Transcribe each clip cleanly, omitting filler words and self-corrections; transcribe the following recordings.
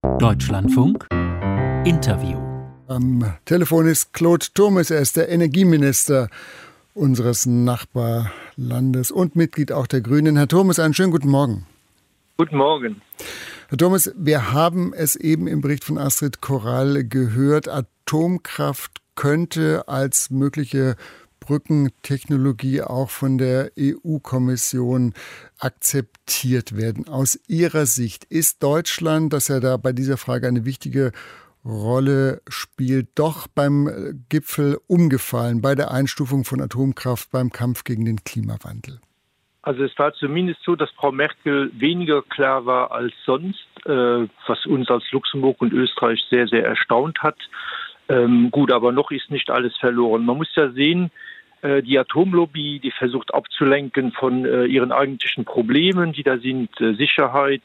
Deutschlandfunk Interview. Am Telefon ist Claude Turmes, er ist der Energieminister unseres Nachbarlandes und Mitglied auch der Grünen. Herr Turmes, einen schönen guten Morgen. Guten Morgen. Herr Turmes, wir haben es eben im Bericht von Astrid Korall gehört, Atomkraft könnte als mögliche Brückentechnologie auch von der EU-Kommission akzeptiert werden. Aus Ihrer Sicht ist Deutschland, das ja da bei dieser Frage eine wichtige Rolle spielt, doch beim Gipfel umgefallen bei der Einstufung von Atomkraft beim Kampf gegen den Klimawandel? Also es war zumindest so, dass Frau Merkel weniger klar war als sonst, was uns als Luxemburg und Österreich sehr, sehr erstaunt hat. Gut, aber noch ist nicht alles verloren. Man muss ja sehen, die Atomlobby, die versucht abzulenken von ihren eigentlichen Problemen, die da sind, Sicherheit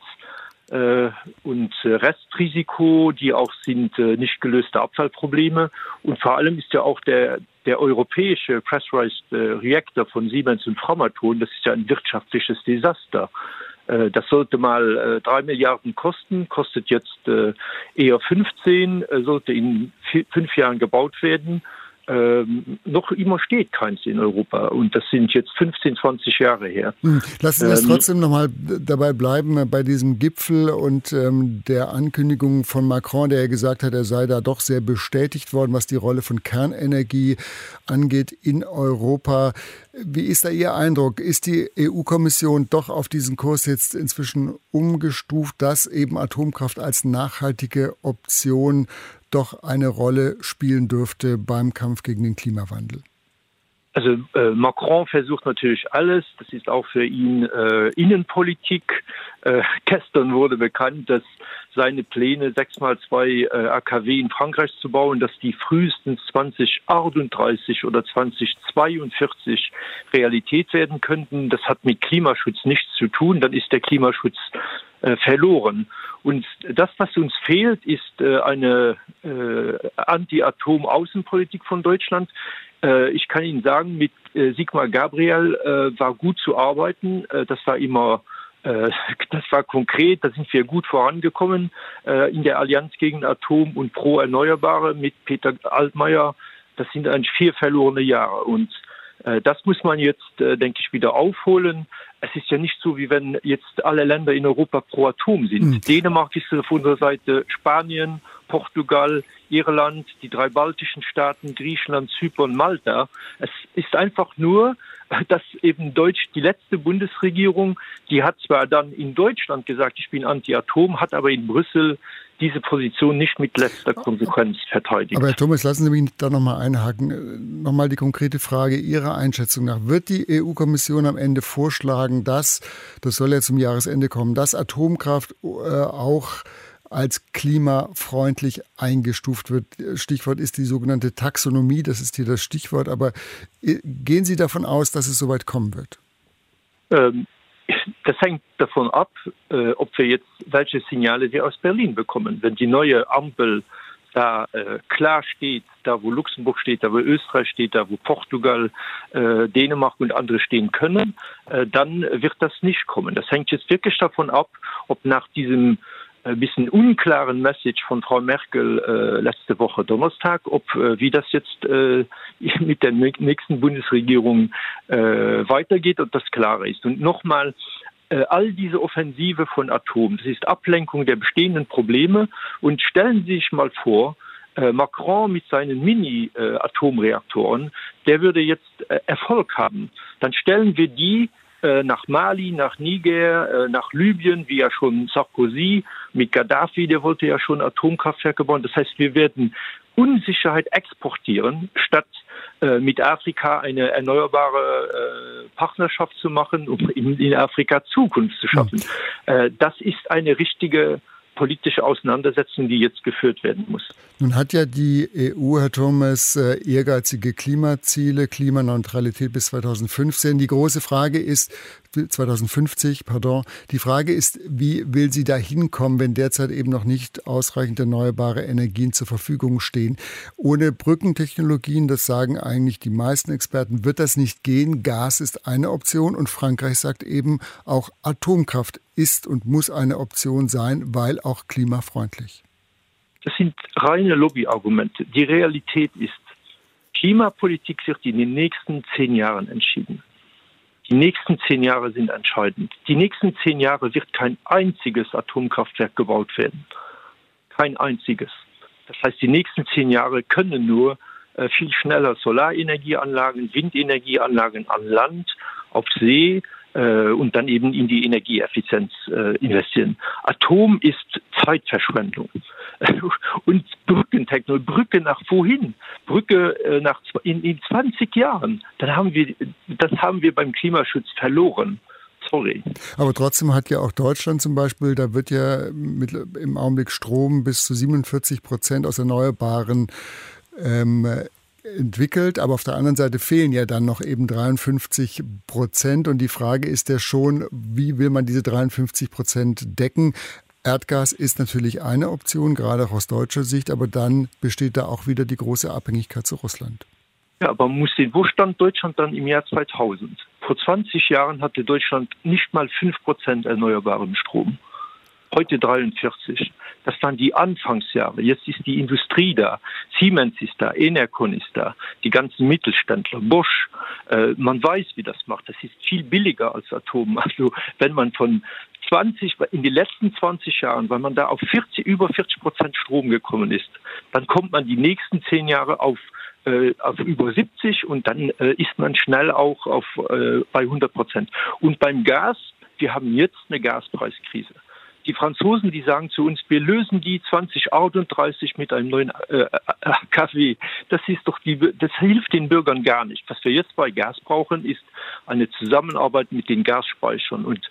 und Restrisiko, die auch sind nicht gelöste Abfallprobleme. Und vor allem ist ja auch der europäische Pressurized Reactor von Siemens und Framatome, das ist ja ein wirtschaftliches Desaster. Das sollte mal 3 Milliarden kosten, kostet jetzt eher 15, sollte in 5 Jahren gebaut werden. Noch immer steht keins in Europa und das sind jetzt 15, 20 Jahre her. Lassen Sie uns trotzdem nochmal dabei bleiben bei diesem Gipfel und der Ankündigung von Macron, der ja gesagt hat, er sei da doch sehr bestätigt worden, was die Rolle von Kernenergie angeht in Europa. Wie ist da Ihr Eindruck? Ist die EU-Kommission doch auf diesen Kurs jetzt inzwischen umgestuft, dass eben Atomkraft als nachhaltige Option doch eine Rolle spielen dürfte beim Kampf gegen den Klimawandel? Also Macron versucht natürlich alles. Das ist auch für ihn Innenpolitik. Gestern wurde bekannt, dass seine Pläne 6x2 AKW in Frankreich zu bauen, dass die frühestens 2038 oder 2042 Realität werden könnten. Das hat mit Klimaschutz nichts zu tun. Dann ist der Klimaschutz verloren. Und das, was uns fehlt, ist eine Anti-Atom-Außenpolitik von Deutschland. Ich kann Ihnen sagen, mit Sigmar Gabriel war gut zu arbeiten. Das war konkret, da sind wir gut vorangekommen in der Allianz gegen Atom und pro Erneuerbare mit Peter Altmaier. Das sind eigentlich 4 verlorene Jahre und das muss man jetzt, denke ich, wieder aufholen. Es ist ja nicht so, wie wenn jetzt alle Länder in Europa pro Atom sind. Dänemark ist auf unserer Seite, Spanien, Portugal, Irland, die 3 baltischen Staaten, Griechenland, Zypern, Malta. Es ist einfach nur, dass eben die letzte Bundesregierung, die hat zwar dann in Deutschland gesagt, ich bin Anti-Atom, hat aber in Brüssel diese Position nicht mit letzter Konsequenz verteidigt. Aber Herr Thomas, lassen Sie mich da nochmal einhaken. Nochmal die konkrete Frage Ihrer Einschätzung nach. Wird die EU-Kommission am Ende vorschlagen, das soll ja zum Jahresende kommen, dass Atomkraft auch als klimafreundlich eingestuft wird? Stichwort ist die sogenannte Taxonomie, das ist hier das Stichwort. Aber gehen Sie davon aus, dass es soweit kommen wird? Das hängt davon ab, ob wir jetzt welche Signale wir aus Berlin bekommen. Wenn die neue Ampel da klar steht, da wo Luxemburg steht, da wo Österreich steht, da wo Portugal, Dänemark und andere stehen können, dann wird das nicht kommen. Das hängt jetzt wirklich davon ab, ob nach diesem ein bisschen unklaren Message von Frau Merkel letzte Woche Donnerstag, wie das jetzt mit der nächsten Bundesregierung weitergeht und das klarer ist. Und nochmal, all diese Offensive von Atom, das ist Ablenkung der bestehenden Probleme. Und stellen Sie sich mal vor, Macron mit seinen Mini-Atomreaktoren, der würde jetzt Erfolg haben. Dann stellen wir die nach Mali, nach Niger, nach Libyen, wie ja schon Sarkozy mit Gaddafi, der wollte ja schon Atomkraftwerke bauen. Das heißt, wir werden Unsicherheit exportieren, statt mit Afrika eine erneuerbare Partnerschaft zu machen, um in Afrika Zukunft zu schaffen. Das ist eine richtige politische Auseinandersetzung, die jetzt geführt werden muss. Nun hat ja die EU, Herr Turmes, ehrgeizige Klimaziele, Klimaneutralität bis 2015. Die große Frage ist, 2050, die Frage ist, wie will sie da hinkommen, wenn derzeit eben noch nicht ausreichend erneuerbare Energien zur Verfügung stehen? Ohne Brückentechnologien, das sagen eigentlich die meisten Experten, wird das nicht gehen. Gas ist eine Option und Frankreich sagt eben, auch Atomkraft ist und muss eine Option sein, weil auch klimafreundlich. Das sind reine Lobbyargumente. Die Realität ist, Klimapolitik wird in den nächsten 10 Jahren entschieden. Die nächsten 10 Jahre sind entscheidend. Die nächsten 10 Jahre wird kein einziges Atomkraftwerk gebaut werden. Kein einziges. Das heißt, die nächsten 10 Jahre können nur viel schneller Solarenergieanlagen, Windenergieanlagen an Land, auf See und dann eben in die Energieeffizienz investieren. Atom ist Zeitverschwendung. Und Brückentechnologie, Brücke nach wohin? Brücke in 20 Jahren. Das haben wir beim Klimaschutz verloren. Sorry. Aber trotzdem hat ja auch Deutschland zum Beispiel, da wird ja im Augenblick Strom bis zu 47% aus Erneuerbaren entwickelt, aber auf der anderen Seite fehlen ja dann noch eben 53% und die Frage ist ja schon, wie will man diese 53% decken? Erdgas ist natürlich eine Option, gerade auch aus deutscher Sicht, aber dann besteht da auch wieder die große Abhängigkeit zu Russland. Ja, aber man muss sehen, wo stand Deutschland dann im Jahr 2000? Vor 20 Jahren hatte Deutschland nicht mal 5% erneuerbaren Strom. Heute 43. Das waren die Anfangsjahre. Jetzt ist die Industrie da. Siemens ist da, Enercon ist da, die ganzen Mittelständler, Bosch. Man weiß, wie das macht. Das ist viel billiger als Atom. Also wenn man in den letzten 20 Jahren, weil man da auf über 40% Strom gekommen ist, dann kommt man die nächsten 10 Jahre auf über 70 und dann ist man schnell auch bei 100%. Und beim Gas, wir haben jetzt eine Gaspreiskrise. Die Franzosen, die sagen zu uns, wir lösen die 2038 mit einem neuen AKW. Das hilft den Bürgern gar nicht. Was wir jetzt bei Gas brauchen, ist eine Zusammenarbeit mit den Gasspeichern. Und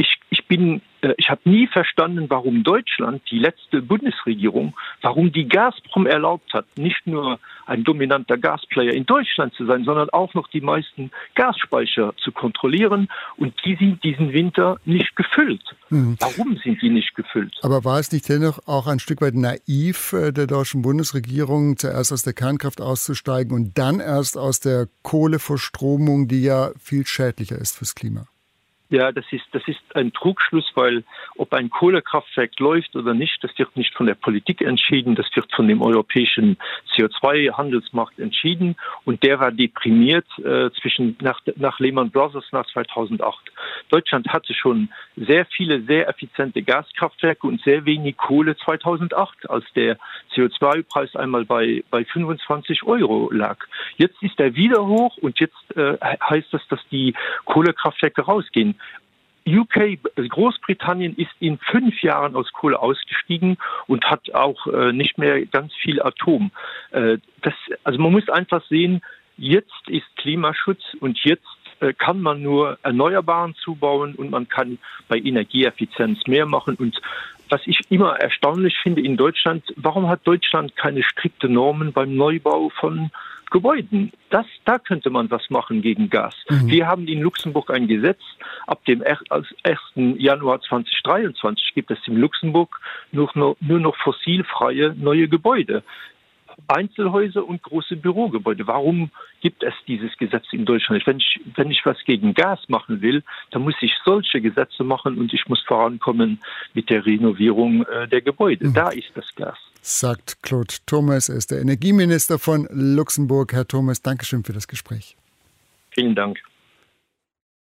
ich habe nie verstanden, warum Deutschland, die letzte Bundesregierung, warum die Gazprom erlaubt hat, nicht nur ein dominanter Gasplayer in Deutschland zu sein, sondern auch noch die meisten Gasspeicher zu kontrollieren. Und die sind diesen Winter nicht gefüllt. Warum sind die nicht gefüllt? Aber war es nicht dennoch auch ein Stück weit naiv der deutschen Bundesregierung, zuerst aus der Kernkraft auszusteigen und dann erst aus der Kohleverstromung, die ja viel schädlicher ist fürs Klima? Ja, das ist ein Trugschluss, weil ob ein Kohlekraftwerk läuft oder nicht, das wird nicht von der Politik entschieden, das wird von dem europäischen CO2-Handelsmarkt entschieden und der war deprimiert nach Lehman Brothers nach 2008. Deutschland hatte schon sehr viele, sehr effiziente Gaskraftwerke und sehr wenig Kohle 2008, als der CO2-Preis einmal bei 25 € lag. Jetzt ist er wieder hoch und jetzt heißt das, dass die Kohlekraftwerke rausgehen. Großbritannien ist in 5 Jahren aus Kohle ausgestiegen und hat auch nicht mehr ganz viel Atom. Also man muss einfach sehen, jetzt ist Klimaschutz und jetzt kann man nur Erneuerbaren zubauen und man kann bei Energieeffizienz mehr machen. Und was ich immer erstaunlich finde in Deutschland, warum hat Deutschland keine strikte Normen beim Neubau von Gebäuden? Da könnte man was machen gegen Gas. Wir haben in Luxemburg ein Gesetz, ab dem 1. Januar 2023 gibt es in Luxemburg nur noch fossilfreie neue Gebäude. Einzelhäuser und große Bürogebäude. Warum gibt es dieses Gesetz in Deutschland? Wenn ich was gegen Gas machen will, dann muss ich solche Gesetze machen und ich muss vorankommen mit der Renovierung der Gebäude. Da ist das Gas. Sagt Claude Turmes, er ist der Energieminister von Luxemburg. Herr Turmes, Dankeschön für das Gespräch. Vielen Dank.